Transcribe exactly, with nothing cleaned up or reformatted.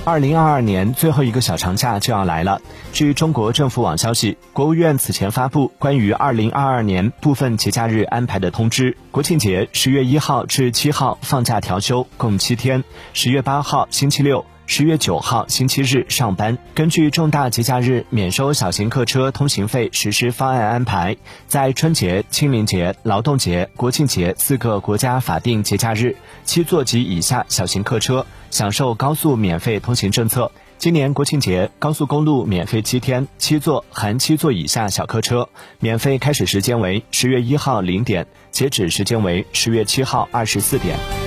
二零二二年最后一个小长假就要来了。据中国政府网消息，国务院此前发布关于二零二二年部分节假日安排的通知，国庆节十月一号至七号放假调休，共七天；十月八号星期六、十月九号星期日上班。根据重大节假日免收小型客车通行费实施方案安排，在春节、清明节、劳动节、国庆节四个国家法定节假日，七座及以下小型客车享受高速免费通行政策。今年国庆节高速公路免费七天，七座含七座以下小客车免费开始时间为十月一号零点，截止时间为十月七号二十四点。